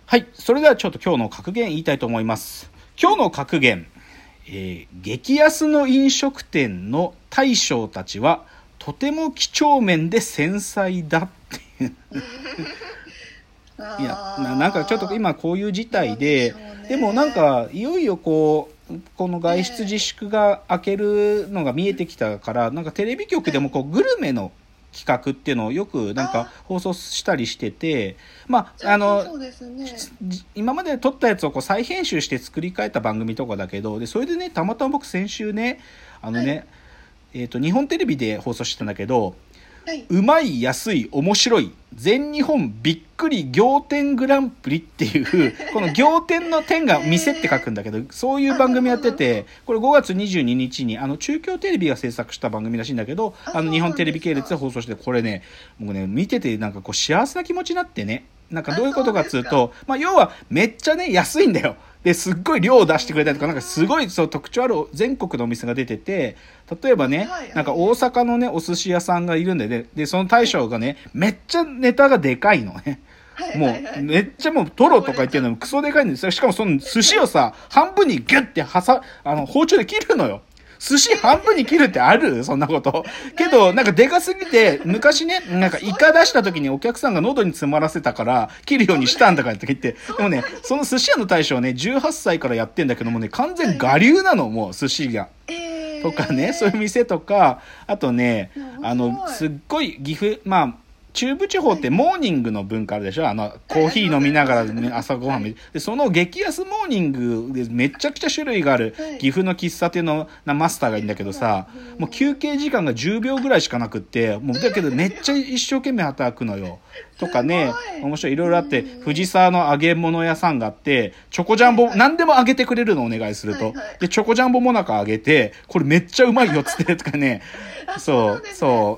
はい、それではちょっと今日の格言言いたいと思います。今日の格言、激安の飲食店の大将たちはとても几帳面で繊細だっていういやなんかちょっと今こういう事態で、でもなんかいよいよこの外出自粛が明けるのが見えてきたから、なんかテレビ局でもこうグルメの企画っていうのをよくなんか放送したりしてて、 そうですね、 今まで撮ったやつをこう再編集して作り変えた番組とかだけど、でそれでね、たまたま僕先週ね日本テレビで放送してたんだけど、うまい安い面白い全日本びっくり仰天グランプリっていうこの仰天の天が店って書くんだけど、そういう番組やってて、これ5月22日に中京テレビが制作した番組らしいんだけど、日本テレビ系列で放送して、これね僕ね見ててなんかこう幸せな気持ちになってね、なんかどういうことかっつうと、要はめっちゃね安いんだよ。ですっごい量を出してくれたりとか、なんかすごいそう特徴ある全国のお店が出てて、例えばね、なんか大阪のねお寿司屋さんがいるんでね、でその大将がねめっちゃネタがでかいのね。もうめっちゃもうトロとか言ってるのもクソでかいんですよ。しかもその寿司をさ半分にギュッて包丁で切るのよ。寿司半分に切るってある？そんなこと。けど、なんかでかすぎて、昔ね、なんかイカ出した時にお客さんが喉に詰まらせたから、切るようにしたんだからって言って、でもね、その寿司屋の大将ね、18歳からやってんだけどもね、完全我流なの、もう寿司が。とかね、そういう店とか、あとね、すっごい岐阜、中部地方ってモーニングの文化あるでしょ。コーヒー飲みながら、ね、朝ごはんで、その激安モーニングでめちゃくちゃ種類がある岐阜の喫茶店のマスターがいいんだけどさ、もう休憩時間が10秒ぐらいしかなくって、もうだけどめっちゃ一生懸命働くのよ。とかね、面白いいろいろあって、藤沢の揚げ物屋さんがあって、チョコジャンボ、何でも揚げてくれるのお願いすると。で、チョコジャンボもなか揚げて、これめっちゃうまいよっつってとかね。そう。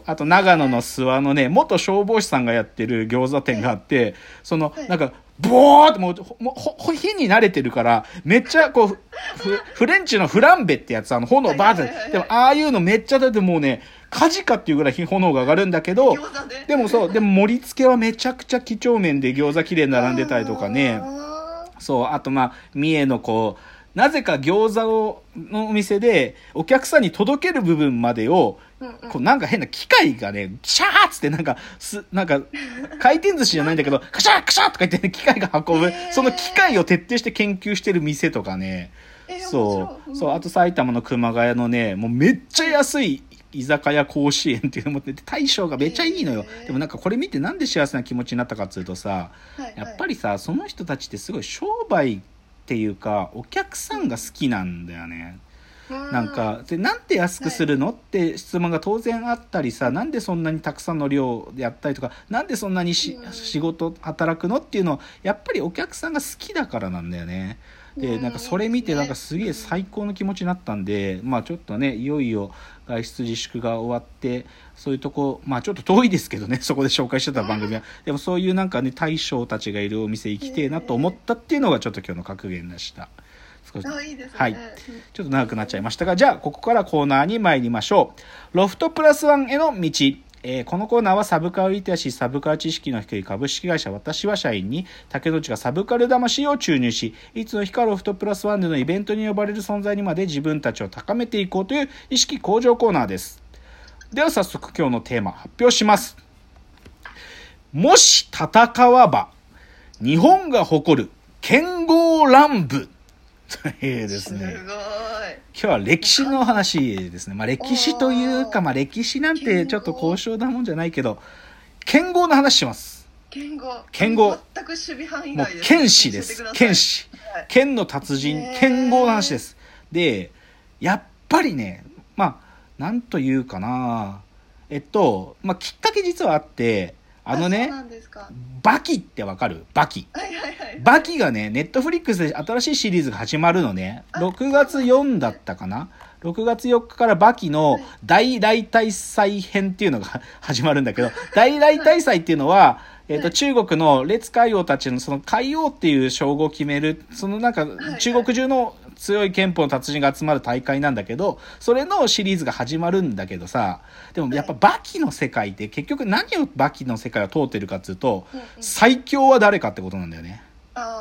あと長野の諏訪のね、元消防士さんがやってる餃子店があって、なんか、ボーってもう火に慣れてるから、めっちゃこう、フレンチのフランベってやつ、炎バーって、でもああいうのめっちゃだってもうね、火事かっていうぐらい炎が上がるんだけど、でも盛り付けはめちゃくちゃ几帳面で餃子きれいに並んでたりとかね。そう、あと三重のこう、なぜか餃子のお店でお客さんに届ける部分までを、こうなんか変な機械がね、シャーッつってなんか回転寿司じゃないんだけど、カシャーカシャーとか言って、ね、機械が運ぶ、その機械を徹底して研究してる店とかね。そう、あと埼玉の熊谷のね、もうめっちゃ安い居酒屋甲子園っていうのもってて、大将がめっちゃいいのよ。でもなんかこれ見てなんで幸せな気持ちになったかっていうとさ、やっぱりさ、その人たちってすごい商売っていうかお客さんが好きなんだよね。なんかで、なんで安くするのって質問が当然あったりさ、なんでそんなにたくさんの量でやったりとか、なんでそんなに仕事働くのっていうのを、やっぱりお客さんが好きだからなんだよね。でなんかそれ見てなんかすげえ最高の気持ちになったんで、ちょっとね、いよいよ外出自粛が終わって、そういうとこ、ちょっと遠いですけどね、そこで紹介してた番組は、でもそういうなんかね、大将たちがいるお店行きてえなと思ったっていうのがちょっと今日の格言でした。 いいですね。 はい、ちょっと長くなっちゃいましたが、じゃあここからコーナーに参りましょう。ロフトプラスワンへの道。このコーナーはサブカルリテラシー、サブカル知識の低い株式会社私は社員に竹之内がサブカル魂を注入し、いつの日かロフトプラスワンでのイベントに呼ばれる存在にまで自分たちを高めていこうという意識向上コーナーです。では早速今日のテーマ発表します。もし戦わば日本が誇る剣豪乱舞というですね、今日は歴史の話ですね。歴史というか、歴史なんてちょっと高尚なもんじゃないけど、剣豪の話します。剣豪。 全く守備範囲外です。 剣士です。剣士。剣の達人、剣豪の話です。で、やっぱりね、なんというかな、きっかけ実はあって、バキってわかる？バキ。バキがね、ネットフリックスで新しいシリーズが始まるのね。6月4だったかな。6月4日からバキの大来大祭編っていうのが始まるんだけど、大来大祭っていうのは、中国の列海王たちのその海王っていう称号を決める、そのなんか中国中の強い憲法の達人が集まる大会なんだけど、それのシリーズが始まるんだけどさ、でもやっぱバキの世界って結局何をバキの世界は通ってるかっていうと、最強は誰かってことなんだよね。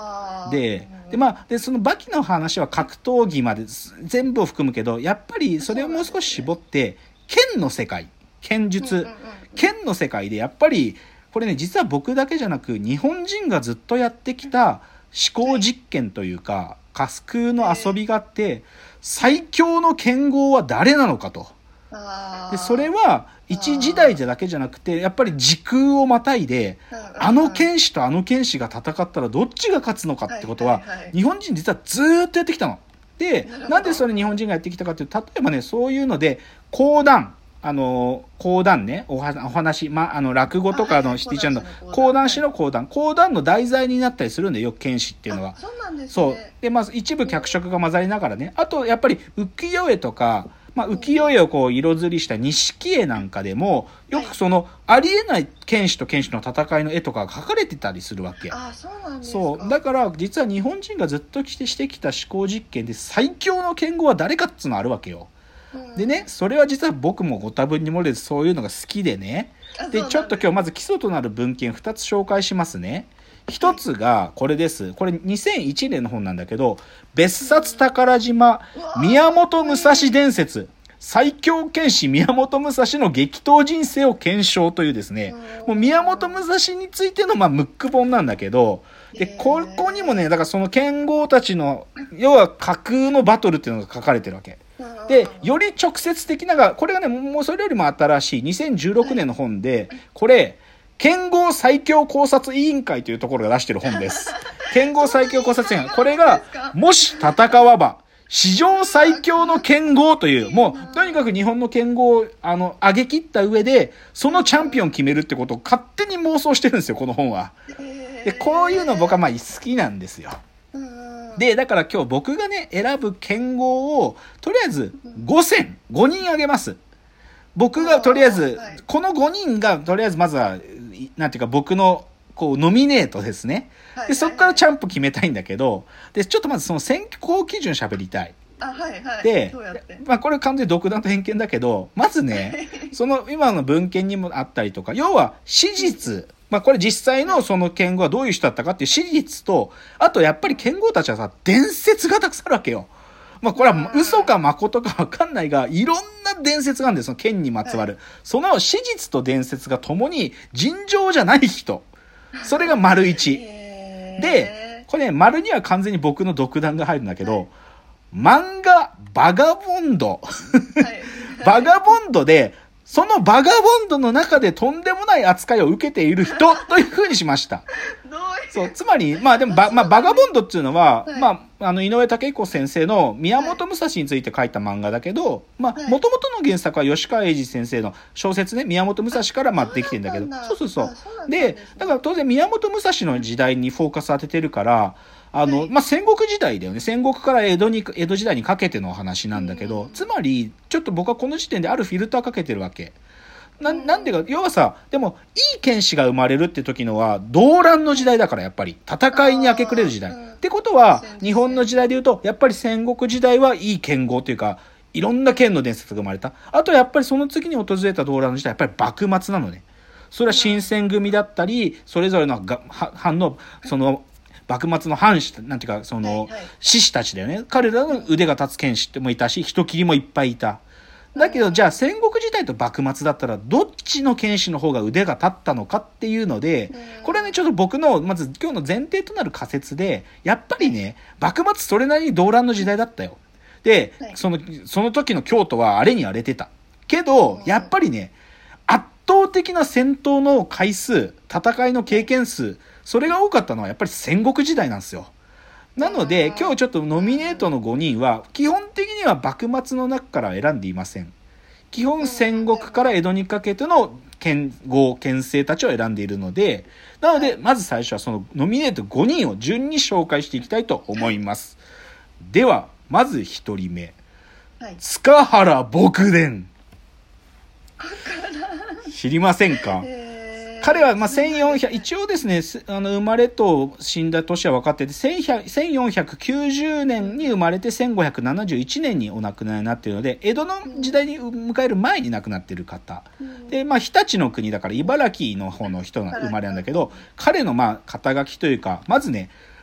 でそのバキの話は格闘技まで全部を含むけど、やっぱりそれをもう少し絞って剣の世界、剣術、剣の世界でやっぱりこれね、実は僕だけじゃなく日本人がずっとやってきた思考実験というか架空の遊びがあって、最強の剣豪は誰なのかと。でそれは一時代だけじゃなくて、やっぱり時空をまたいで、あの剣士とあの剣士が戦ったらどっちが勝つのかってことは、日本人実はずーっとやってきたの。で、なんでそれ日本人がやってきたかっていうと、例えばね、そういうので講談ね、お話、落語とかのシティちゃんの講談師の講談の題材になったりするんだよ、よく剣士っていうのは。 そうなんですね。 そう。で、一部脚色が混ざりながらね、あとやっぱり浮世絵とか、浮世絵をこう色刷りした錦絵なんかでも、よくそのありえない剣士と剣士の戦いの絵とかが描かれてたりするわけ。 そうなんですか。 そう。だから実は日本人がずっとしてきた思考実験で最強の剣豪は誰かっつうのあるわけよ。でね、それは実は僕もご多分に漏れずそういうのが好きでね。で、ちょっと今日まず基礎となる文献2つ紹介しますね。一つがこれです。これ2001年の本なんだけど、別冊宝島宮本武蔵伝説、最強剣士宮本武蔵の激闘人生を検証というですね、もう宮本武蔵についてのムック本なんだけど、でここにもね、だからその剣豪たちの要は架空のバトルっていうのが書かれてるわけで、より直接的なこれがね、もうそれよりも新しい2016年の本で、これ剣豪最強考察委員会というところが出してる本です。剣豪最強考察委員会。これが、もし戦わば、史上最強の剣豪という、もう、とにかく日本の剣豪を、上げ切った上で、そのチャンピオンを決めるってことを勝手に妄想してるんですよ、この本は。で、こういうの僕は好きなんですよ。で、だから今日僕がね、選ぶ剣豪を、とりあえず5人あげます。僕がとりあえず、この5人がとりあえずまずは、なんていうか僕のこうノミネートですね。で、そこからチャンプ決めたいんだけど、で、ちょっとまずその選考基準喋りたい。で、これ完全に独断と偏見だけど、まずね、その今の文献にもあったりとか、要は史実、これ実際のその剣豪はどういう人だったかっていう史実と、あとやっぱり剣豪たちはさ、伝説がたくさんあるわけよ。これは嘘か誠かわかんないが、いろんな伝説があるんです。その剣にまつわる。その史実と伝説が共に尋常じゃない人。それが丸1。で、これね、丸2は完全に僕の独断が入るんだけど、漫画バガボンド。バガボンドで、そのバガボンドの中でとんでもない扱いを受けている人という風にしました。そう、つまり、でもバガボンドっていうのは、井上武彦先生の宮本武蔵について書いた漫画だけど、元々の原作は吉川英治先生の小説ね、宮本武蔵からできてんだけど、そう。で、だから当然宮本武蔵の時代にフォーカス当ててるから、戦国時代だよね。戦国から江戸時代にかけてのお話なんだけど、つまり、ちょっと僕はこの時点であるフィルターかけてるわけ。なんでか、要はさ、でも、いい剣士が生まれるって時のは、動乱の時代だから、やっぱり。戦いに明け暮れる時代。ってことは、日本の時代で言うと、やっぱり戦国時代はいい剣豪というか、いろんな剣の伝説が生まれた。あと、やっぱりその次に訪れた動乱の時代、やっぱり幕末なのね。それは新選組だったり、それぞれの藩の、幕末の藩士、なんていうか、志士たちだよね。彼らの腕が立つ剣士もいたし、人斬りもいっぱいいた。だけど、じゃあ戦国時代と幕末だったら、どっちの剣士の方が腕が立ったのかっていうので、これはね、ちょっと僕の、まず今日の前提となる仮説で、やっぱりね、幕末それなりに動乱の時代だったよ。で、その時の京都は荒れに荒れてた。けど、やっぱりね、圧倒的な戦闘の回数、戦いの経験数、それが多かったのはやっぱり戦国時代なんですよ。なので今日ちょっとノミネートの5人は基本的には幕末の中から選んでいません。基本戦国から江戸にかけての剣豪剣聖たちを選んでいるので、なのでまず最初はそのノミネート5人を順に紹介していきたいと思います。ではまず1人目、塚原卜伝。知りませんか？彼は1400、一応ですね、生まれと死んだ年は分かってて、1490年に生まれて1571年にお亡くなりになっているので、江戸の時代に迎える前に亡くなっている方。で、日立の国だから茨城の方の人が生まれなんだけど、彼の肩書きというか、まずね、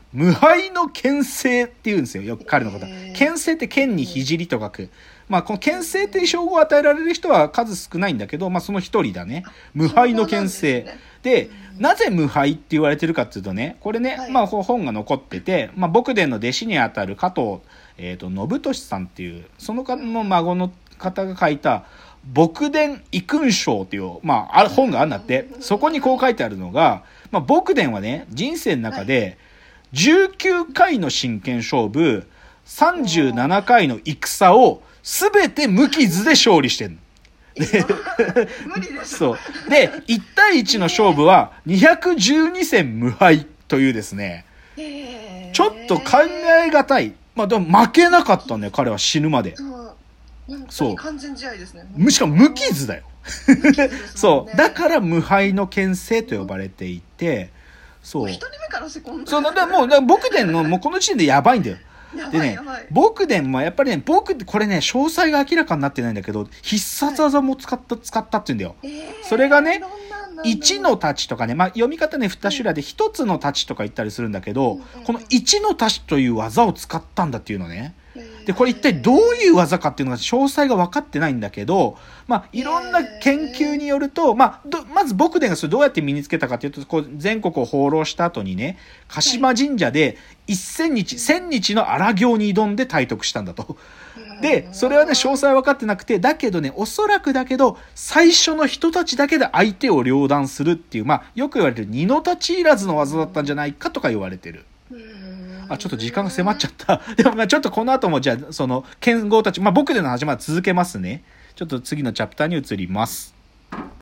無敗の剣聖って言うんですよ、よく彼のこと。剣聖って剣に聖と書く。まあ、この剣聖っていう称号を与えられる人は数少ないんだけど、まあ、その一人だね。無敗の剣聖。で、なぜ無敗って言われてるかっていうとね、これね、はい、まあ、本が残ってて、まあ、牧伝の弟子にあたる加藤、信俊さんっていう、その方の孫の方が書いた、牧伝遺訓章っていう、まあ、本があるんだって、そこにこう書いてあるのが、まあ、牧伝はね、人生の中で、19回の真剣勝負、37回の戦を、すべて無傷で勝利してんの。で無理です。 そう。で、1対1の勝負は212戦無敗というですね、ちょっと考えがたい。まあでも負けなかったね、彼は死ぬまで。 そう。完全試合ですね。 しかも無傷だよ。そう。だから無敗の剣聖と呼ばれていて、そう。 一人目からセコンド。 そう、だからもう、牧伝の、もうこの時点でやばいんだよ。でね、牧伝もやっぱりね、これね、詳細が明らかになってないんだけど、必殺技も使ったって言うんだよ。それがね、1の太刀とかね、まあ読み方ね、二種類で1つの太刀とか言ったりするんだけど、この1の太刀という技を使ったんだっていうのね。で、これ一体どういう技かっていうのが詳細が分かってないんだけど、まあ、いろんな研究によると、まあ、まず牧伝がそれどうやって身につけたかっていうと、こう、全国を放浪した後にね、鹿島神社で1000日の荒行に挑んで体得したんだと。で、それはね、詳細は分かってなくて、だけどね、おそらくだけど、最初の人たちだけで相手を両断するっていう、まあ、よく言われる二の太刀いらずの技だったんじゃないかとか言われてる。ちょっと時間が迫っちゃった。でもまあちょっとこの後もじゃあ、その、剣豪たち、まあ僕での話まで続けますね。ちょっと次のチャプターに移ります。